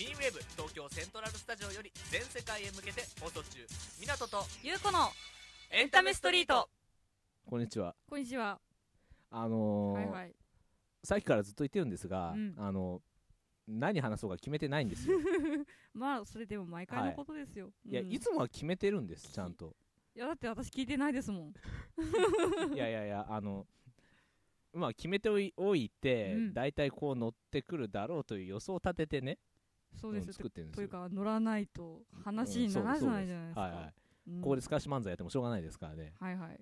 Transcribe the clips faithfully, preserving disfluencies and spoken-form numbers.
ミンウェーブ東京セントラルスタジオより全世界へ向けて放送中、港とゆうこのエンタメストリート。 こんにちは。 こんにちは。 あのーはいはい。 さっきからずっと言ってるんですが、 うん、 あの何話そうか決めてないんですよ。 まあそれでも毎回のことですよ。 いや、 うん、 いつもは決めてるんです、ちゃんと。 いやだって私聞いてないですもん。 いやいやいや、あのまあ決めておい、おいて、 うん、 だいたいこう乗ってくるだろうという予想を立ててね、 そうです、 うん、作ってるんですよ。 というか乗らないと話にならないじゃないですか。 はいはい、 うん、 ここで透かし漫才やってもしょうがないですからね。 はいはい。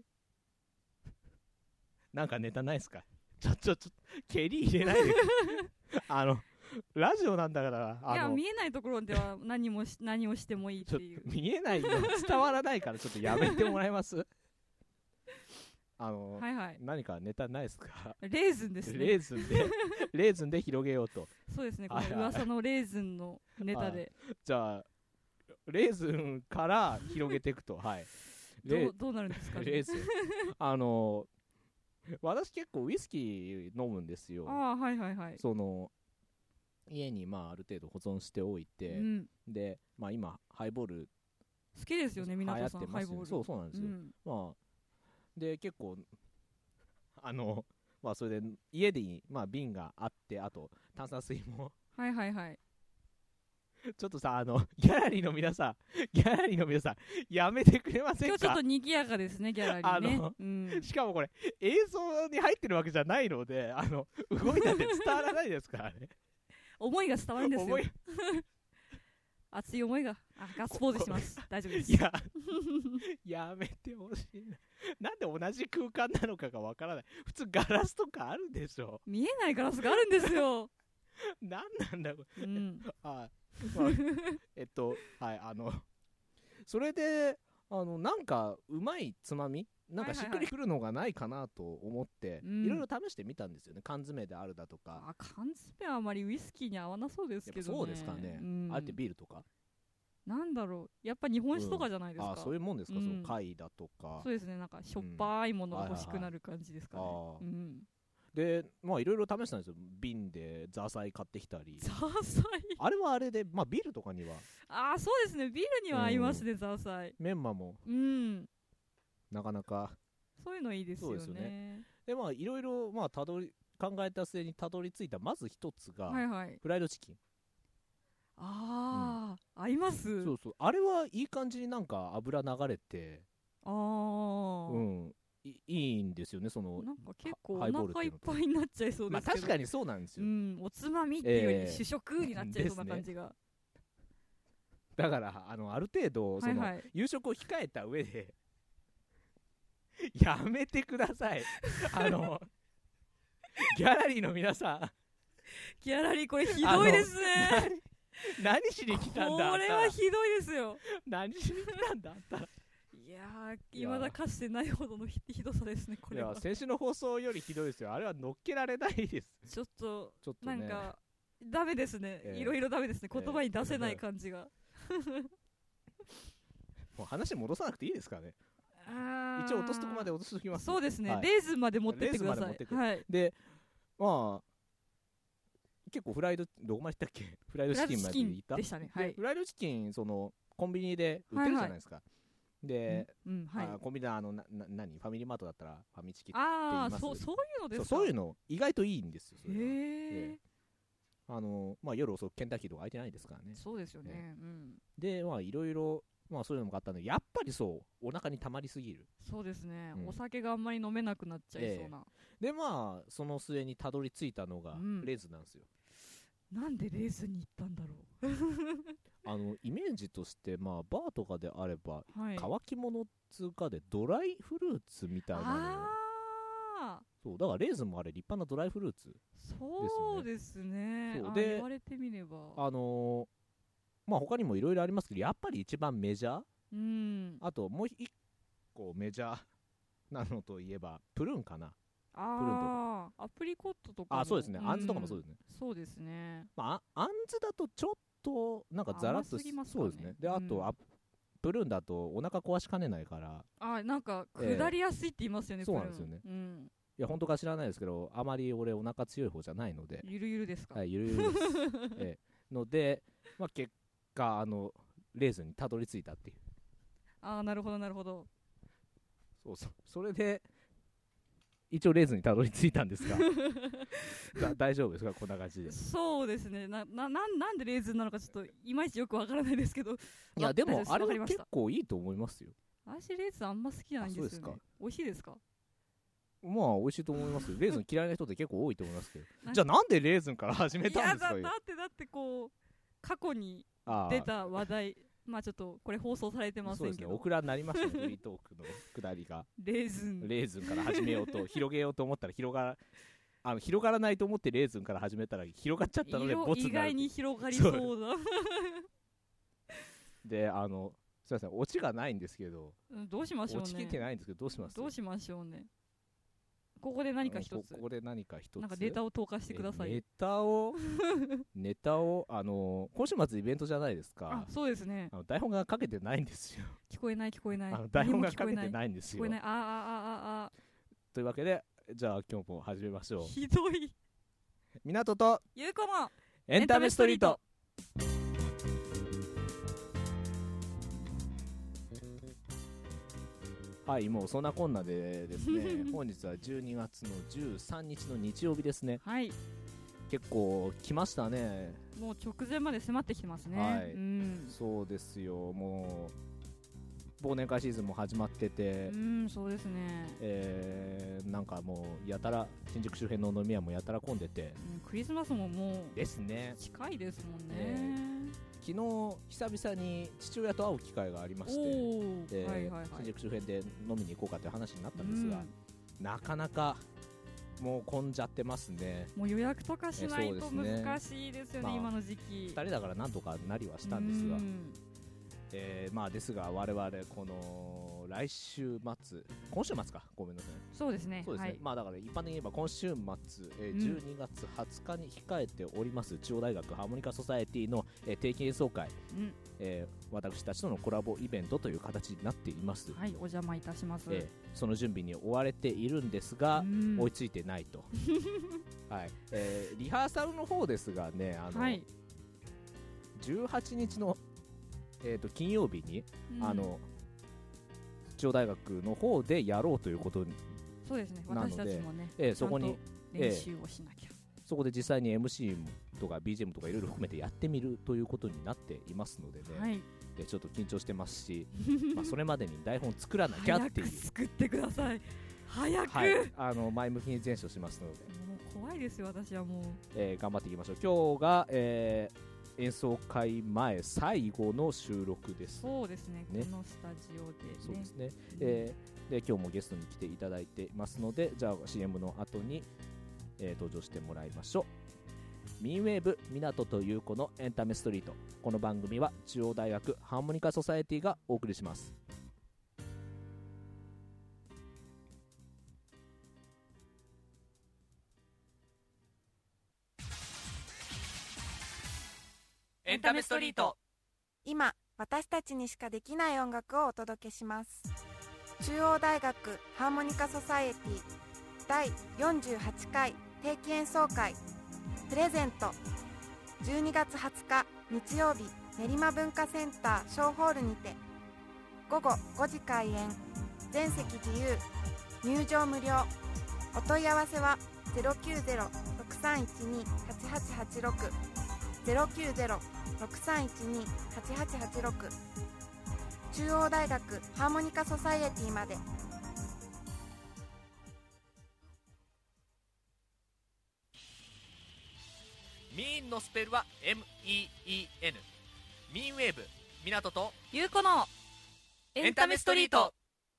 なんかネタないですか？ちょちょちょ蹴り入れないであのラジオなんだから。あのいや見えないところでは何もし何をしてもいいっていう。 見えないの伝わらないからちょっとやめてもらえますあの、 はいはい、 何かネタないですか？ レーズンですね。 レーズンでレーズンで広げようと。 そうですね、この噂のレーズンのネタで。 じゃあレーズンから広げていくとはいどう、どうなるんですかね。 レーズンあの私結構ウイスキー飲むんですよ。 ああ、はいはいはい。 その家にまあある程度保存しておいて、うん、で、まあ、今ハイボール好きですよね、港さん。 ハイボールそうそうなんですよ、うん、まあで結構あのまあそれで家で、まあ、瓶があって、あと炭酸水もはいはいはい。 ちょっとさ、あのギャラリーの皆さんギャラリーの皆さんやめてくれませんか？ 今日ちょっと賑やかですね、ギャラリーね。 あの、 うん、 しかもこれ映像に入ってるわけじゃないので、あの動いたって伝わらないですからね思いが伝わるんですよ熱い思いが。あ、ガッツポーズします。大丈夫です。 いややめてほしいな。なんで同じ空間なのかがわからない。普通ガラスとかあるでしょ。 見えないガラスがあるんですよなんなんだこれ、うん、あ、 まあ、 えっとはいあのそれであのなんかうまいつまみなんかしっくりくるのがないかなと思って、いろいろ試してみたんですよね。缶詰であるだとか。 あ、缶詰はあまりウイスキーに合わなそうですけどね。 そうですかね、うん、あえてビールとかなんだろう、やっぱ日本酒とかじゃないですか、 うん、あ、そういうもんですか、うん、そう貝だとか。 そうですね、なんかしょっぱいものが欲しくなる感じですかね、うん、 はいはいはい、うん、でまあいろいろ試したんですよ。瓶でザーサイ買ってきたり。 ザーサイあれはあれで、まあビールとかには。 ああ、そうですね、ビールには合いますね、うん、ザーサイ。 メンマも、 うん、 なかなかそういうのいいですよね。 そうですよね。でまあいろいろまあたどり考えた末にたどり着いたまず一つが、 はいはい、 フライドチキン。 ああ、うん、合います。 そうそう、あれはいい感じになんか油流れて、 ああ、 うんい、いいんですよね。そのなんか結構お腹いっぱいになっちゃいそうですけど、まあ、 確かにそうなんですよ、 うん、おつまみっていうより主食になっちゃいそうな感じが、えーね、 だからあのある程度その、 はいはい、 夕食を控えた上でやめてくださいあのギャラリーの皆さん、 ギャラリーこれひどいですね。 何しに来たんだ。 これはひどいですよ。 何しに来たんだったらいやー、未だかつてないほどの ひ, ひどさですね、これは。 いや、先週の放送よりひどいですよ。あれは乗っけられないです。 ちょっと、 ちょっとね、 なんか、ダメですね。いろいろダメですね。言葉に出せない感じが。 えー、もう話戻さなくていいですかね。 あ一応落とすとこまで落としておきます。 そうですね、 はい、 レーズンまで持ってってください。はい、 で、まあ、結構フライド、どこまで行ったっけ？フライドチキンまで行ったでしたね。はい、 フライドチキン、その、コンビニで売ってるじゃないですか。はいはい、で、 うんうん、はい、 あコンビニのあのなな何ファミリーマートだったらファミチキって言います。 ああ、そう、そういうのですか。 そう、そういうの意外といいんですよ。それは。 へー。 あのまあ、夜遅くケンタッキーとか空いてないですからね。 そうですよね。 ね、 うん、 で、まあいろいろ、まあ、そういうのもあったんで、やっぱりそうお腹に溜まりすぎる。 そうですね、 うん、 お酒があんまり飲めなくなっちゃいそうな、 えー、でまあその末にたどり着いたのがレーズンなんですよ。 うん、なんでレーズンに行ったんだろうあのイメージとして、まあ、バーとかであれば、 はい、 乾き物通過でドライフルーツみたいなの。 あそうだからレーズンもあれ立派なドライフルーツですよね。 そうですね。 そうで言われてみれば、 あのー、まあ他にもいろいろありますけど、やっぱり一番メジャー、 うん、 あともう一個メジャーなのといえばプルーンかな。 ああ、アプリコットとかも。 あ、そうですね、うん、あんずとかもそうですね。 そうですね、 まあ、あんずだとちょっとなんかザラッとし、ね、そうですね。で、あと、うん、プルーンだとお腹壊しかねないから、 あ、なんか下りやすいって言いますよね、 えー、そうなんですよね、 うん、 いや本当か知らないですけど、あまり俺お腹強い方じゃないので。 ゆるゆるですか。 はい、ゆるゆるです、えー、のでまあ結果あのレーズンにたどり着いたっていう。 ああ、なるほどなるほど。 そうそう、それで一応レーズンにたどり着いたんですがだ大丈夫ですか、こんな感じで。 そうですね、なななんなんでレーズンなのかちょっといまいちよくわからないですけど、 いやでも大丈夫ですあれはわかりました結構いいと思いますよ。 私レーズンあんま好きじゃないんですよね。 あそうですか。 美味しいですか？ まあ美味しいと思いますよ。レーズン嫌いな人って結構多いと思いますけどなんじゃあなんでレーズンから始めたんですか。 いやだだってだってこう過去にああ出た話題、まあちょっとこれ放送されてませそうんですね、 けど、 オクラになりましたねフリートークの下りがレーズンレーズンから始めようと広げようと思ったら広があの広がらないと思ってレーズンから始めたら広がっちゃったのでボツ意になる外に広がりそうだで、あのすいません、オチがないんですけど、 うんどうしましょうね。 オチ切ってないんですけどどうします。 どうしましょうね。ここで何か一つこここで何か一つなんかネタを投下してください。 えネタをネタをあの今週末イベントじゃないですか。 あ、そうですね。 あの台本がかけてないんですよ。 聞こえない聞こえない。 あの台本が何も聞こえないかけてないんですよ聞こえない。あーあーあーあーあというわけでじゃあ今日も始めましょう。 ーひどい。 港とゆうこのエンタメストリート。はい、もうそんなこんなでですね本日はじゅうにがつのじゅうさんにちの日曜日ですね。 はい。 結構来ましたね。 もう直前まで迫ってきてますね。 はいうん。 そうですよ、もう忘年会シーズンも始まってて、 うん、そうですね。 えー、なんかもうやたら新宿周辺の飲み屋もやたら混んでてうんクリスマスももうですね。 近いですもんね。 え昨日久々に父親と会う機会がありまして、 おお、 ではいはいはい。 新宿周辺で飲みに行こうかという話になったんですが、 うんなかなかもう混んじゃってますね。 もう予約とかしないとえそうですね難しいですよね、 まあ今の時期。 ふたりだからなんとかなりはしたんですが、 うんえーまあですが我々この来週末今週末かごめんなさいそうですね。 そうですね、 はい。 まあだから一般的に言えば今週末、えーうんじゅうにがつはつかに控えております中央大学ハーモニカソサエティの、えー定期演奏会、 うんえー私たちとのコラボイベントという形になっています、 はい、お邪魔いたします。 えーその準備に追われているんですが、 うん追いついてないと、はいえーリハーサルの方ですがねあの、 はい。 じゅうはちにちの、えー、と金曜日に、 うんあの中央大学の方でやろうということに、 そうですね。 なので私たちもね、 えーそこにちゃんと練習をしなきゃ。 そこで実際に エムシー とか ビージーエム とかいろいろ含めてやってみるということになっていますのでね、 はい。 でちょっと緊張してますしまあそれまでに台本作らなきゃっていう早く作ってください。早く。 はい、あの前向きに前処しますので、 もう怖いですよ、私はもう。 えー頑張っていきましょう。今日が、えー演奏会前最後の収録です。 そうですね。 ねこのスタジオでね。 そうですね、 うんえーで今日もゲストに来ていただいていますので、じゃあ シーエム の後に、えー登場してもらいましょう。ミンウェーブ港という子のエンタメストリート。この番組は中央大学ハーモニカソサエティがお送りします。 エンタメストリート。 今私たちにしかできない音楽をお届けします。中央大学ハーモニカソサエティだいよんじゅうはちかい定期演奏会プレゼント。じゅうにがつはつか日曜日、練馬文化センター小ホールにてごごごじ開演。全席自由、入場無料。お問い合わせは ゼロきゅうゼロ ろくさんいちに はちはちはちろく ゼロきゅうゼロ ろくさんいちに はちはちはちろく。中央大学ハーモニカソサエティまで。 ミーンのスペルは エムイーイーエヌ。ミーンウェーブ港とゆうこのエンタメストリート。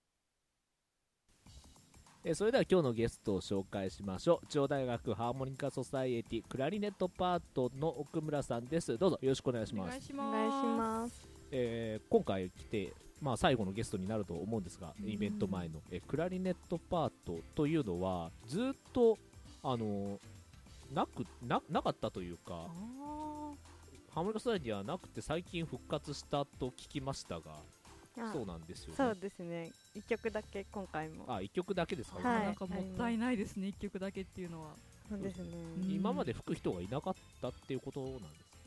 えーそれでは今日のゲストを紹介しましょう。中央大学ハーモニカソサエティクラリネットパートの奥村さんです。どうぞよろしくお願いします。 お願いします。 お願いします。 えー今回来て、まあ、最後のゲストになると思うんですが、イベント前の、えークラリネットパートというのはずっと、あのーなく な, なかったというか、 あハーモニカソサエティはなくて最近復活したと聞きましたが、 あそうなんですよね。 そうですね、いっきょくだけ今回も。 あ、いっきょくだけですか、 ーはいなんかもったいないですね、一曲だけっていうのは。 そうですね。 うん今まで吹く人がいなかったっていうことなんです。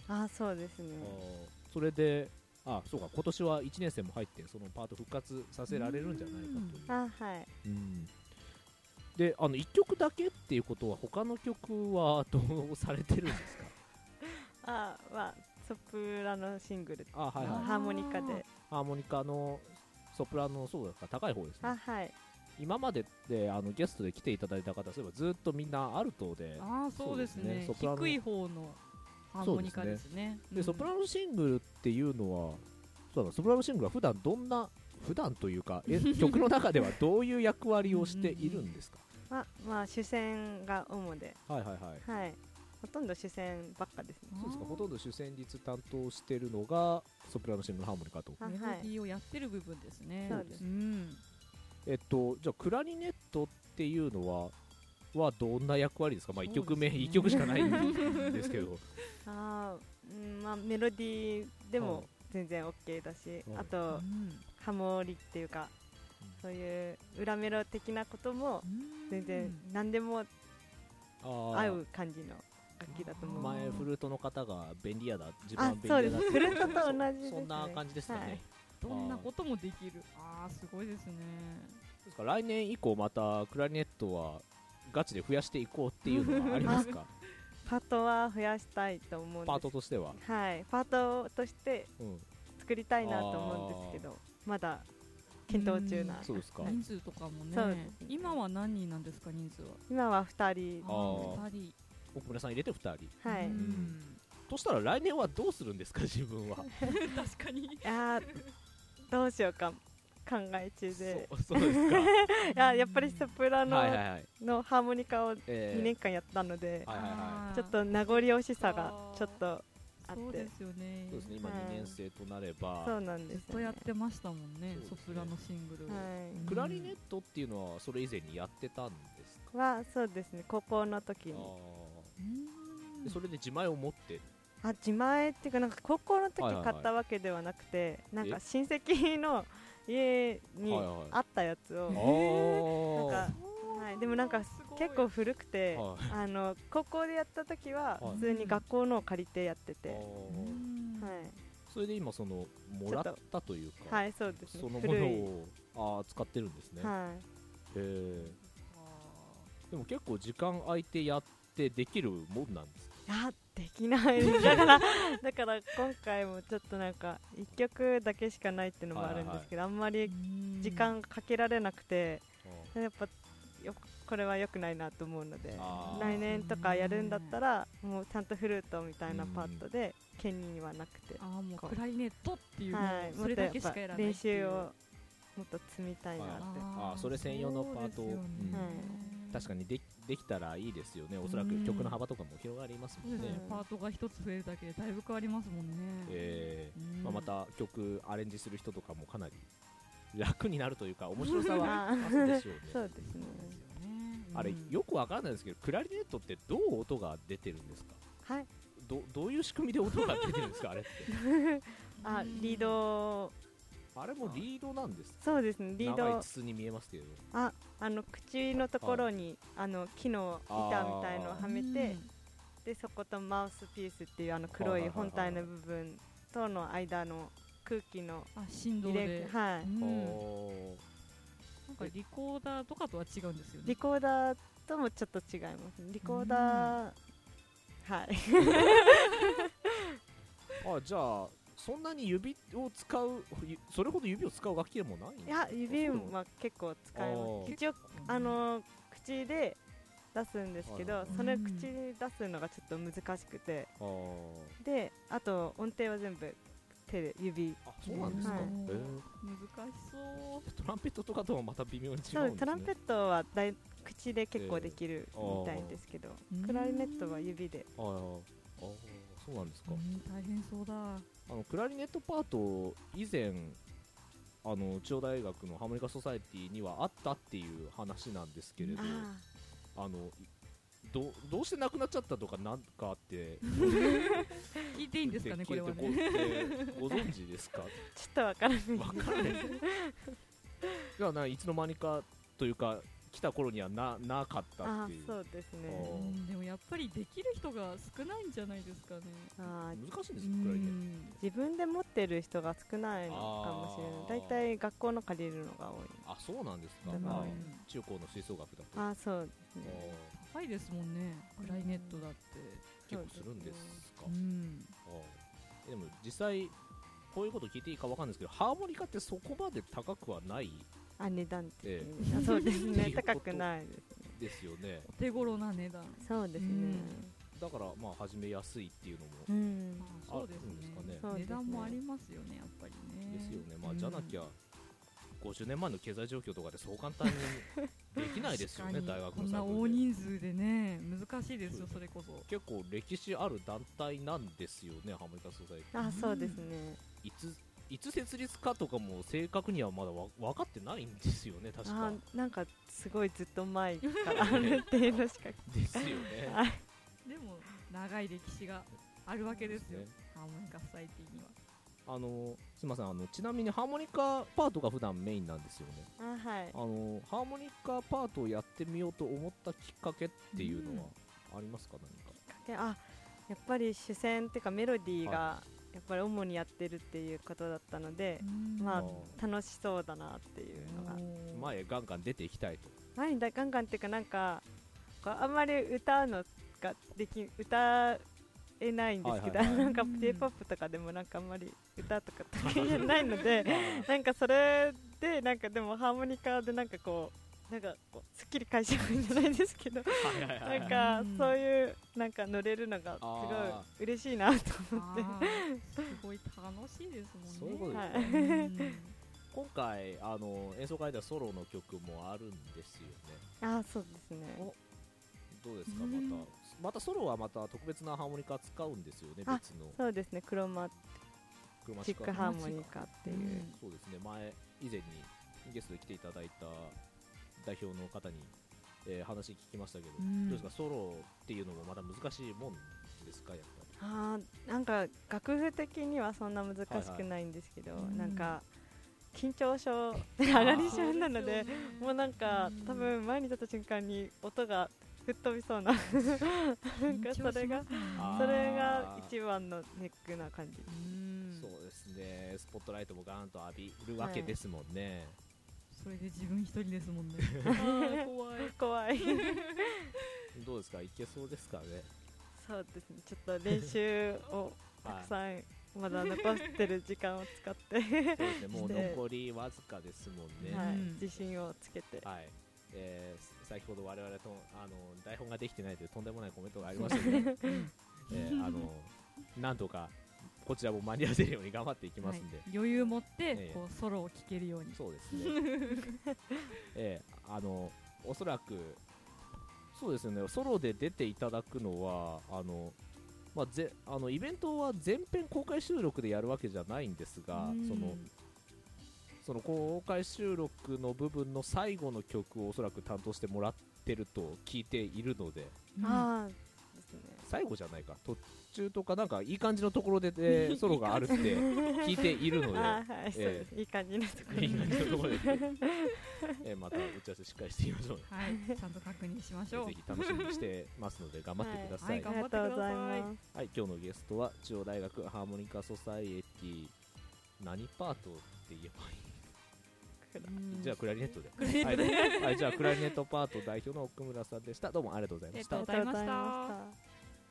あ、そうですね。 あそれであそうか今年はいちねん生も入ってそのパート復活させられるんじゃないかという、 あ、はい。 うんであのいっきょくだけっていうことは他の曲はどうされてるんですか？ あ、まあソプラノシングル、 あ、はいはい、 ハーモニカで、 ハーモニカのソプラノのそうですか高い方ですね。 あ、はい。 今までであのゲストで来ていただいた方そういえばずっとみんなアルトで、 ああそうですね、 そうですねソプラノ低い方のハーモニカですね。 で、 うんソプラノシングルっていうのはそうだソプラノシングルは普段どんな普段というかえ曲の中ではどういう役割をしているんですか？ あ、まあ主戦が主で、 はいはいはいはい。ほとんど主戦ばっかですね。 そうですかほとんど主旋律担当してるのがソプラノシングルのハーモニカと。 あ、 メロはい。 ディーをやってる部分ですね。 そうですんえっとじゃあクラリネットっていうのははどんな役割ですか？まあいっきょくめ、 そうですねいっきょくしかないんですけどあー、うん、まあメロディーではいも全然 OK だし、 はいあとハモリっていうか、そういう裏メロ的なことも全然何でもあー合う感じの楽器だと思う。 前フルートの方が便利屋だ自分はあ、 便利そうです。 屋だってフルートと同じですね。 そんな感じですかね、 はい。 どんなこともできる。ああすごいですね。 ですか来年以降またクラリネットはガチで増やしていこうっていうのはありますか？ パートは増やしたいと思うんです。 パートとしては、 はい。パートとしてうん、 作りたいなと思うんですけど、まだ検討中な。 そうですか、 人数とかもそうですねね。 今は何人なんですか人数は？ 今はふたり。 あー二人。 奥村さん入れてふたりはい。いうんとしたら来年はどうするんですか自分は確かに。 やー、どうしようか考え中で。 そうそうですかいや、やっぱりソプラノはいはいはい、 のハーモニカをえーにねんかんやったので、 はいはいはいあーちょっと名残惜しさがちょっとあってそうで。すよね。 そうですね今はいにねん生となれば、 そうなんですよね。 ずっとやってましたもんねそうですねソプラノシングルを。 はい。 クラリネットっていうのはそれ以前にやってたんですか？ は、そうですね。高校の時に。 あうんーでそれで自前を持ってあ、自前っていうか、なんか高校の時はいはいはい買ったわけではなくて、なんえか親戚の家にはいはいあったやつを、 あなんか、はい、でもなんかすごい結構古くて、 はいあの高校でやった時ははい普通に学校のを借りてやってて、 ーうんはそれで今そのもらったというい、 か、 はい、そうですね。 そのも古い。 のをあー使ってるんですね、 はい。 へーでも結構時間空いてやってできるもんなんですか？ いや、できないだからだから今回もちょっとなんかいっきょくだけしかないっていうのもあるんですけど、あんまり時間かけられなくて、やっぱよこれは良くないなと思うので、 あー来年とかやるんだったらもうちゃんとフルートみたいなパートで兼任はなくて、 ああもうクラリネットっていうのはい、 をそれだけしかやらない練っていう習をもっと積みたいなって、 あーそれ専用のパートをそうですよねうん確かにできできたらいいですよね、おそらくうん曲の幅とかも広がりますもんねそうですね、パートが一つ増えるだけでだいぶ変わりますもんね。 えーうんまあ、また曲アレンジする人とかもかなり楽になるというか面白さはあ増すでしょうねそうですね。 あれうんよくわかんないですけどクラリネットってどう音が出てるんですか？ はい。 どどういう仕組みで音が出てるんですかあれってあ、リード、 あれもリードなんですか？ そうですね。リード、 長い筒に見えますけどあ、あの口のところにあの木の板みたいのをはめて、でそことマウスピースっていうあの黒い本体の部分との間の空気のあ振動入れで、 はい。 うんおなんかリコーダーとかとは違うんですよね。 リコーダーともちょっと違います。リコーダー、はい。 ーあじゃあそんなに指を使うゆそれほど指を使う楽器でもないんいや、指は結構使いあまーす。一応、あのー口で出すんですけどはいはい、 その口で出すのがちょっと難しくて、 あーで、あと音程は全部手で指。 あそうなんですか、 はいえ難しそう。 ートランペットとかとはまた微妙に違うんですねそう、トランペットはだい口で結構できるみたいですけど、 ークラリネットは指で。 あーあーそうなんですか、 うん大変そうだ。 あのクラリネットパート以前あの中央大学のハーモニカソサエティにはあったっていう話なんですけれど、 ああのいどどうしてなくなっちゃったとかなんかあって聞いていいんですかねこれは消えね。 てこってご存知ですか？ ー、ちょっとわからない。 わからないです。じゃあないつの間にかというか来た頃には な, なかったっていう。 あそうですね。 うん、でもやっぱりできる人が少ないんじゃないですかね。 あ難しいんですよ、クラリネット。 自分で持ってる人が少ないのかもしれない。だいたい学校の借りるのが多い。 あ、そうなんですか。 うん、 あ中高の吹奏楽だと。 あそうですね。 高いですもんね、クラリネットだって。 結構するんですか。 うん、 あでも実際こういうこと聞いていいかわかんないですけど、ハーモニカってそこまで高くはない。 あ、値段的に、 えええ、そうですね高くないですね。 ですよね。 お手頃な値段。 そうですね、うん、 だからまあ始めやすいっていうのもあるんですかね。 そうですね、値段もありますよね、やっぱりね。 ですよね。まあじゃなきゃごじゅうねんまえの経済状況とかでそう簡単にできないですよね大学のサークルで。 こんな大人数でね、難しいですよ。それこそ結構歴史ある団体なんですよね、ハーモニカソサエティ。 あ、そうですね。 いついつ設立かとかも正確にはまだわ分かってないんですよね、確か。 あ、なんかすごいずっと前からあるっていうのしかですよね。 はい、 でも長い歴史があるわけですよ、ですね、ハーモニカソサエティには。 あのすみません、あのちなみにハーモニカパートが普段メインなんですよね。 あ、はい、 あのハーモニカパートをやってみようと思ったきっかけっていうのはありますか、何か。 きっかけ、あ、やっぱり主戦っていうかメロディーがやっぱり主にやってるっていうことだったので、まあ楽しそうだなっていうのが。 前ガンガン出ていきたいと。 前だガンガンっていうか、なんかあんまり歌うのができ歌えないんですけど、はいはいはい、なんか J-ポップ とかでもなんかあんまり歌とか得意じゃないのでなんかそれでなんかでもハーモニカでなんかこうなんかこうすっきり解釈じゃないですけどなんかそういうなんか乗れるのがすごい嬉しいなと思ってすごい楽しいですもんね。 そういうことですね、はい、今回あの演奏会ではソロの曲もあるんですよね。 あ、そうですね。 どうですか、またまたソロはまた特別なハーモニカ使うんですよね、別の。 そうですね、クロマチックハーモニカっていう、うん、 そうですね、前以前にゲストで来ていただいた代表の方に、えー、話聞きましたけど、うん、どうですか、ソロっていうのもまた難しいもんですか、やっぱり。 あ、なんか楽譜的にはそんな難しくないんですけど、はいはい、なんか緊張症上がり症なので、もうなんか多分前に立った瞬間に音が吹っ飛びそうななんかそれがそれが一番のネックな感じ。 そうですね、スポットライトもガーンと浴びるわけですもんね、はい、 それで自分一人ですもんね怖い怖いどうですか、いけそうですかね。 そうですね、ちょっと練習をたくさん、はい、まだ残ってる時間を使ってそうですね、 もう残りわずかですもんね、 はい、自信をつけて、 はい、えー、先ほど我々とあの台本ができてないというとんでもないコメントがありましたけど、えー、あのなんとかこちらも間に合わせるように頑張っていきますんで、はい、 余裕持ってこうソロを聴けるように。 そうですねえー、あのおそらくそうですよね、ソロで出ていただくのはあのまあ、ぜあのイベントは全編公開収録でやるわけじゃないんですが、そのその公開収録の部分の最後の曲をおそらく担当してもらってると聞いているので、 うん、あですね、 最後じゃないか、途中とかなんかいい感じのところで、えー、ソロがあるって聞いているのであ、はい、そうです、いい感じのところで、 いい感じのところで、えー、また打ち合わせしっかりしていきましょう、 はい、ちゃんと確認しましょう。 ぜひ楽しみにしてますので頑張ってください。 はい、はい、頑張ってください。 はい、今日のゲストは中央大学ハーモニカソサエティ、何パートって言えばいいじゃあクラリネットではい、はい、じゃあクラリネットパート代表の奥村さんでした。どうもありがとうございました。 ありがとうございました。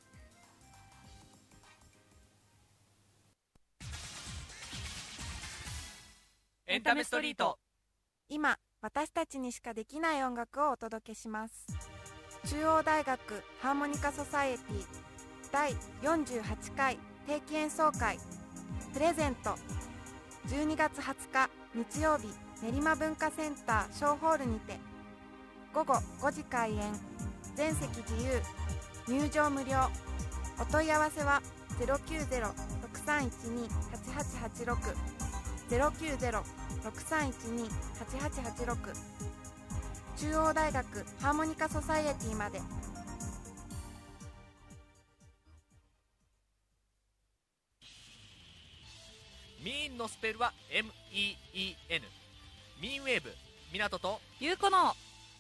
エンタメストリート、 今私たちにしかできない音楽をお届けします。中央大学ハーモニカソサエティだいよんじゅうはちかい定期演奏会プレゼント、じゅうにがつはつか日曜日、練馬文化センター小ホールにてごごごじ開演、全席自由、入場無料。お問い合わせは ゼロきゅうゼロ ろくさんいちに はちはちはちろく ゼロきゅうゼロ ろくさんいちに はちはちはちろく、中央大学ハーモニカソサエティまで。 ミーンのスペルは エムイーイーエヌ、 ミーンウェーブ、港とゆうこの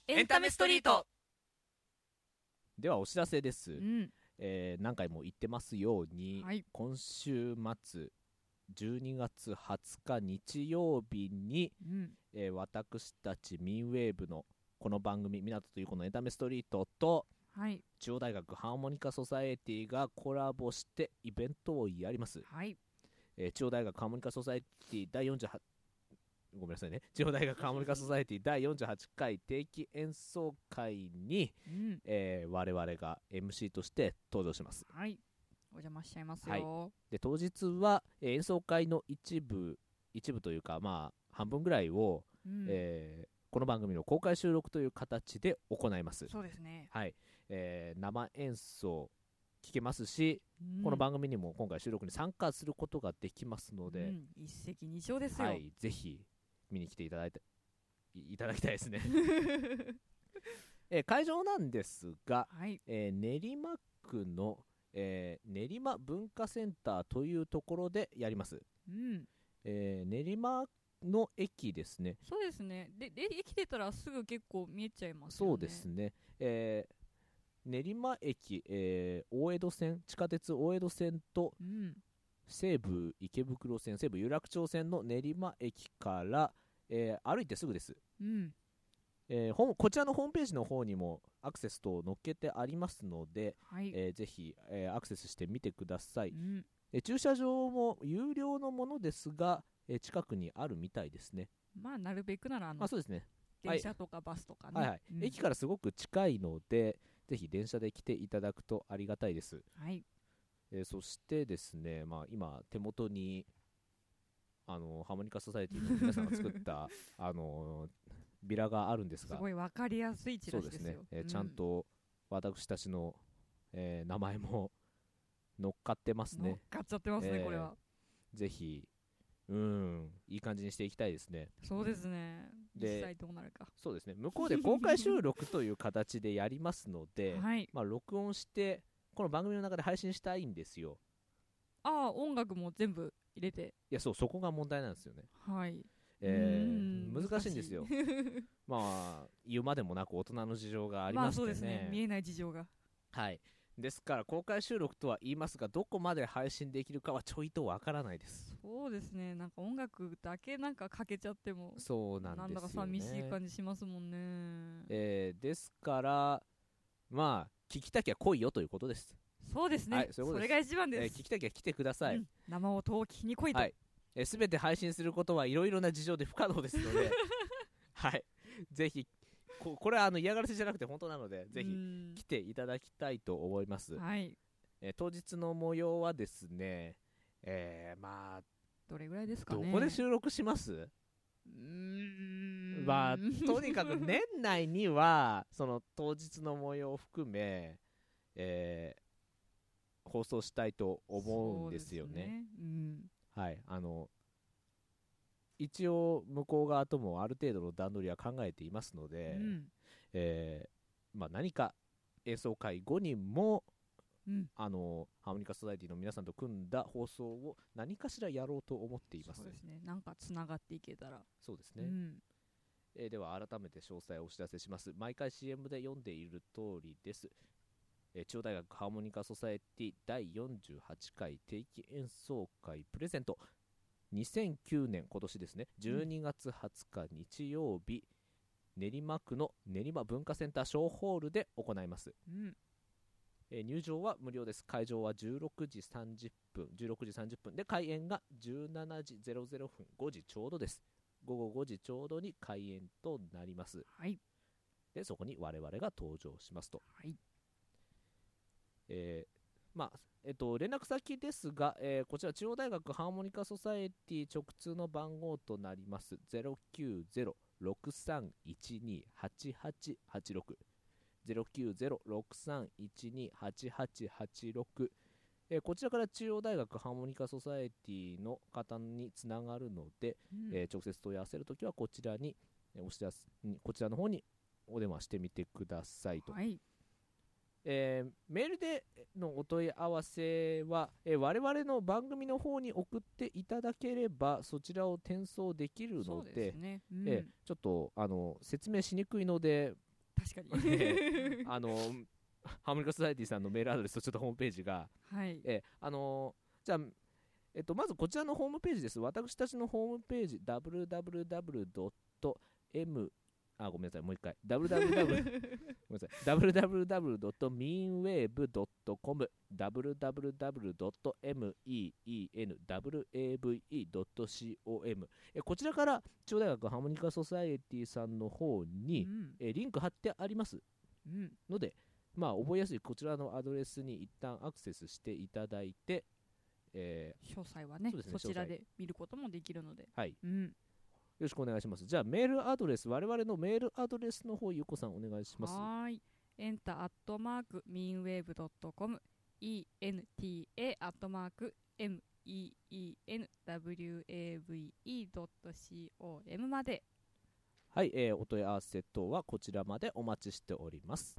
エンタメストリート。 ではお知らせです、 うんえー何回も言ってますように、 はい今週末じゅうにがつはつか日曜日に、 うんえー私たちミンウェーブのこの番組、港というこのエンタメストリートとはい中央大学ハーモニカソサエティがコラボしてイベントをやります、 はいえー中央大学ハーモニカソサエティだいよんじゅうはちごめんなさいね中央大学ハーモニカソサエティだいよんじゅうはちかい定期演奏会に、 うんえー我々が エムシー として登場します。 はいお邪魔しちゃいますよ、 はいで当日は、えー演奏会の一部一部というかまあ半分ぐらいを、 うんえーこの番組の公開収録という形で行います。 そうですね、 はい、えー生演奏聴けますし、 うんこの番組にも今回収録に参加することができますので、 うん一石二鳥ですよ、 はい、ぜひ見に来ていただいていいただきたいですね、えー会場なんですが、 はいえー練馬区の、えー練馬文化センターというところでやります、 うんえー練馬の駅ですね。 そうですねでで駅出たらすぐ結構見えちゃいますよね。 そうですね、えー練馬駅、えー大江戸線地下鉄大江戸線とうん西武池袋線西武有楽町線の練馬駅から、えー歩いてすぐです、 うんえーほんこちらのホームページの方にもアクセスと載っけてありますので、 はい、 えーぜひ、えーアクセスしてみてください、 うんえー駐車場も有料のものですが、えー近くにあるみたいですね。 まあなるべくならあのあそうですね、 電車とかバスとかね、 はいはいうん駅からすごく近いのでぜひ電車で来ていただくとありがたいです、 はいえーそしてですね、まあ、今手元にあのハーモニカソサエティの皆さんが作ったあのビラがあるんですがすごいわかりやすいチそうですラシですよね、えーちゃんと私たちの、えー名前も乗っかってますうん乗っね。 かっちゃってますね、 えーこれはぜひうんいい感じにしていきたいですね。 そうですねで実際どうなるかそうですね向こうで公開収録という形でやりますので、 はいまあ、録音してこの番組の中で配信したいんですよ。 ああ音楽も全部入れていやそうそこが問題なんですよね。 はいえーうん難しいんですよまあ言うまでもなく大人の事情がありましてね,、 まあそうですね見えない事情がはいですから公開収録とは言いますがどこまで配信できるかはちょいとわからないです。 そうですねなんか音楽だけなんかかけちゃってもそうなんですよね。 なんだか寂しい感じしますもんね、 えーですからまあ聞きたきゃ来いよということです。 そうですね、 はいそういうことですそれが一番えーです、 聞きたきゃ来てください。 うん生音を聞きに来いと、 はいえー、全て配信することはいろいろな事情で不可能ですのではいぜひ こ, これはあの嫌がらせじゃなくて本当なのでぜひうん来ていただきたいと思います、 はいえー当日の模様はですね、えー、まあどれぐらいですかねどこで収録しますうーんまあとにかく年内にはその当日の模様を含め、えー放送したいと思うんですよね。 そうですねうんはいあの一応向こう側ともある程度の段取りは考えていますので、 うんえーまあ、何か演奏会後にもうんあのハーモニカソサエティの皆さんと組んだ放送を何かしらやろうと思っています。 そうですねなんかつながっていけたら、 そうですね、 うんえーでは改めて詳細をお知らせします。毎回 シーエム で読んでいる通りです。えー中央大学ハーモニカソサエティだいよんじゅうはちかい定期演奏会プレゼントにせんきゅうねん今年ですねじゅうにがつはつか日曜日、練馬区の練馬文化センター小ホールで行います。 うんえー入場は無料です。会場はじゅうろくじさんじゅっぷんじゅうろくじさんじゅっぷんで開演がじゅうしちじぜろぜろふんごじちょうどです。午後ごじちょうどに開演となります。 はいでそこに我々が登場しますと、 はいえーまあえっと、連絡先ですが、えーこちら中央大学ハーモニカソサエティ直通の番号となります。 ゼロきゅうゼロ ろくさんいちに はちはちはちろく ゼロきゅうゼロ ろくさんいちに はちはちはちろく、えーこちらから中央大学ハーモニカソサエティの方につながるので、 うんえー直接問い合わせるときはこちらに、えーお知らせにこちらの方にお電話してみてくださいと、 はいえーメールでのお問い合わせは、えー我々の番組の方に送っていただければそちらを転送できるそうのでですね、うんえーちょっとあの説明しにくいので確かに、 えーあのハーモニカソサエティさんのメールアドレスとちょっとホームページが、 はいえーあのーじゃあ、えっと、まずこちらのホームページです。私たちのホームページ ダブリューダブリューダブリュードットエム あ、ごめんなさい、もう一回 ダブリューダブリューダブリュー ごめんなさい ダブリューダブリューダブリュードットミンウェーブドットコム ダブリューダブリューダブリュードットメンウェーブドットコム えこちらから中央大学ハーモニカソサエティさんの方に、 うんえリンク貼ってありますうんので、まあ、覚えやすいこちらのアドレスに一旦アクセスしていただいて、え詳細はねそうですねそちらで見ることもできるので、 ーはい、ようん、 ろしくお願いします。じゃあメールアドレス、我々のメールアドレスの方、ゆうこさんお願いします。 はーいエンタアットマークミンウェーブドットコム エンタ アットマーク メンウェーブドットコム まで。 はい、えーお問い合わせ等はこちらまでお待ちしております。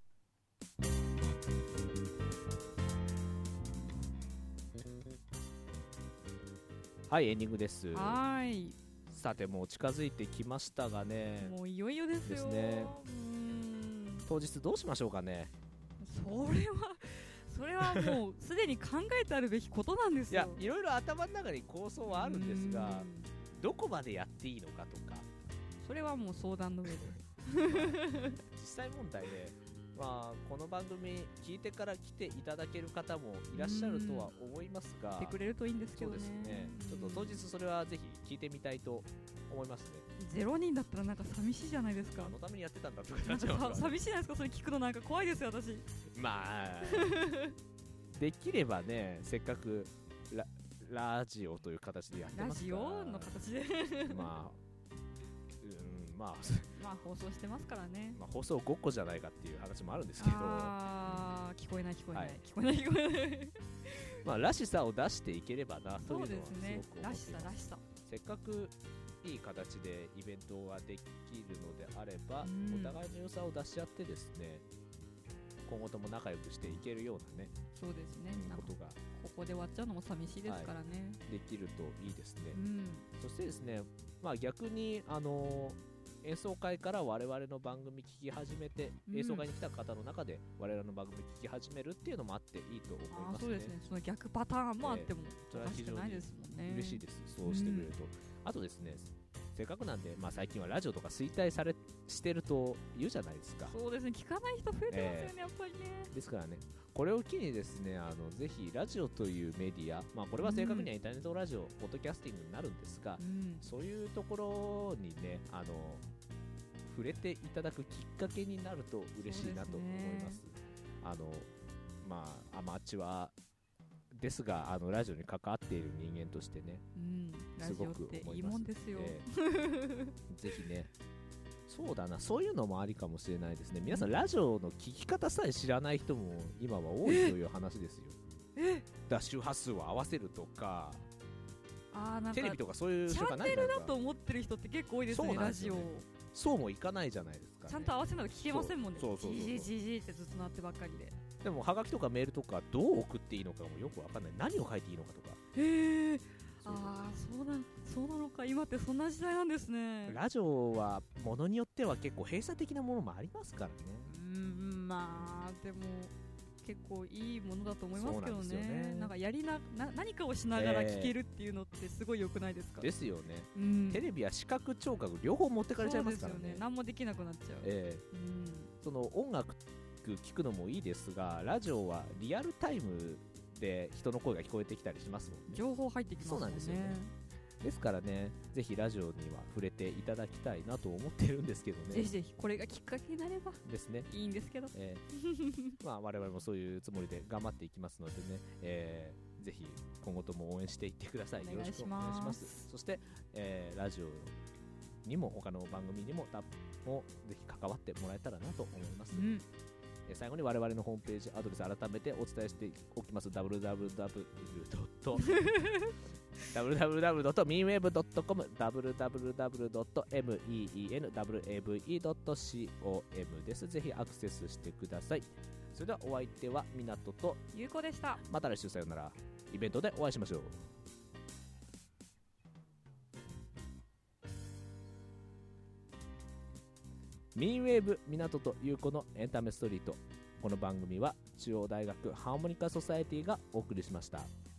はい、エンディングです。 はーいさて、もう近づいてきましたがね、 もういよいよですよですねうーん当日どうしましょうかね。 それはそれはもうすでに考えてあるべきことなんですよ。 いや、いろいろ頭の中に構想はあるんですが、 うーんどこまでやっていいのかとか、 それはもう相談の上で実際問題で、まあ、この番組聞いてから来ていただける方もいらっしゃるとは思いますが、 してくれるといいんですけそうどね。 ですね、ちょっと当日それはぜひ聞いてみたいと思いますね。 ゼロにんだったらなんか寂しいじゃないですか。 あのためにやってたんだってななんかっちゃいますからね。 さ寂しいじゃないですか、それ聞くのなんか怖いですよ私。 まあできればね、せっかく ラ, ラジオという形でやってラますから、 ジオの形でまあ、うん、まあまあ放送してますからね。 まあ放送ごっこじゃないかっていう話もあるんですけど、 あー聞こえない聞こえない、 はい聞こえない聞こえないまあらしさを出していければなというのはそうですねすごく思らしっています。 さらしさせっかくいい形でイベントができるのであれば、 うんお互いの良さを出し合ってですね、今後とも仲良くしていけるようなね、 そうですね。なんかことがここで終わっちゃうのも寂しいですからね。 できるといいですね。 うんそしてですね、まあ、逆に、あのー演奏会から我々の番組聞き始めて、 うん演奏会に来た方の中で我々の番組聞き始めるっていうのもあっていいと思いあますね。 ーそうですね。その逆パターンもあってもそれは非常におかしくないですもんね。 嬉しいです、そうしてくれると。あとですね、せっかくなんで、まあ、最近はラジオとか衰退されしてると言うじゃないですか。 そうですね。聞かない人増えてますよね、 えやっぱりね。 ですからね、これを機にですね、あのぜひラジオというメディア、まあ、これは正確にはインターネットラジオ、ポッドキャスティングになるんですが、 うんそういうところにね、あの触れていただくきっかけになると嬉しいなと思います。あのまあアマチュアですが、あのラジオに関わっている人間としてね、 うん、ラジオっていいもんですよ。 えーぜひね、そうだな、そういうのもありかもしれないですね。皆さんラジオの聞き方さえ知らない人も今は多いという話ですよ。 えだから周波数を合わせるとか、 あーなんかテレビとかそういうチ習慣ャンネルないじゃないですか。 だと思ってる人って結構多いですね、 そうなんラジオですよねそうもいかないじゃないですか、ね。 ちゃんと合わせないと聞けませんもんね。 そうそうそうそうジージージーってずっとなってばっかりで。 でもはがきとかメールとかどう送っていいのかもよくわかんない。何を書いていいのかとか。 へえ。 そうああ、そうなんそうなのか。今ってそんな時代なんですね。 ラジオはものによっては結構閉鎖的なものもありますからね。 うーん、まあでも結構いいものだと思いますけどそうなんですよね。 ねなんかやりなな何かをしながら聞けるっていうのってすごい良くないですか。 ですよね。 うん。 テレビは視覚聴覚両方持ってかれちゃいますからね。 そうですよね。何もできなくなっちゃう。 ええうん。 その音楽聞くのもいいですが、ラジオはリアルタイムで人の声が聞こえてきたりしますもんね。 情報入ってきますもんね。 そうなんですよねですからね、ぜひラジオには触れていただきたいなと思ってるんですけどね。 ぜひぜひこれがきっかけになればですね。 いいんですけど。 えーまあ我々もそういうつもりで頑張っていきますのでね、えーぜひ今後とも応援していってください。 お願いしますよろしくお願いします。そして、えーラジオにも他の番組にもたもぜひ関わってもらえたらなと思います。 うん。 えー最後に我々のホームページアドレス改めてお伝えしておきます。ダブリューダブリューダブリュードットダブリューダブリューダブリュードットミンウェーブドットコム ダブリューダブリューダブリュードットメンウェーブドットコム です。ぜひアクセスしてください。それではお相手はみなととゆうこでした。 また来週さようなら。イベントでお会いしましょう。 ミンウェーブ港と優子のエンタメストリート。この番組は中央大学ハーモニカソサエティがお送りしました。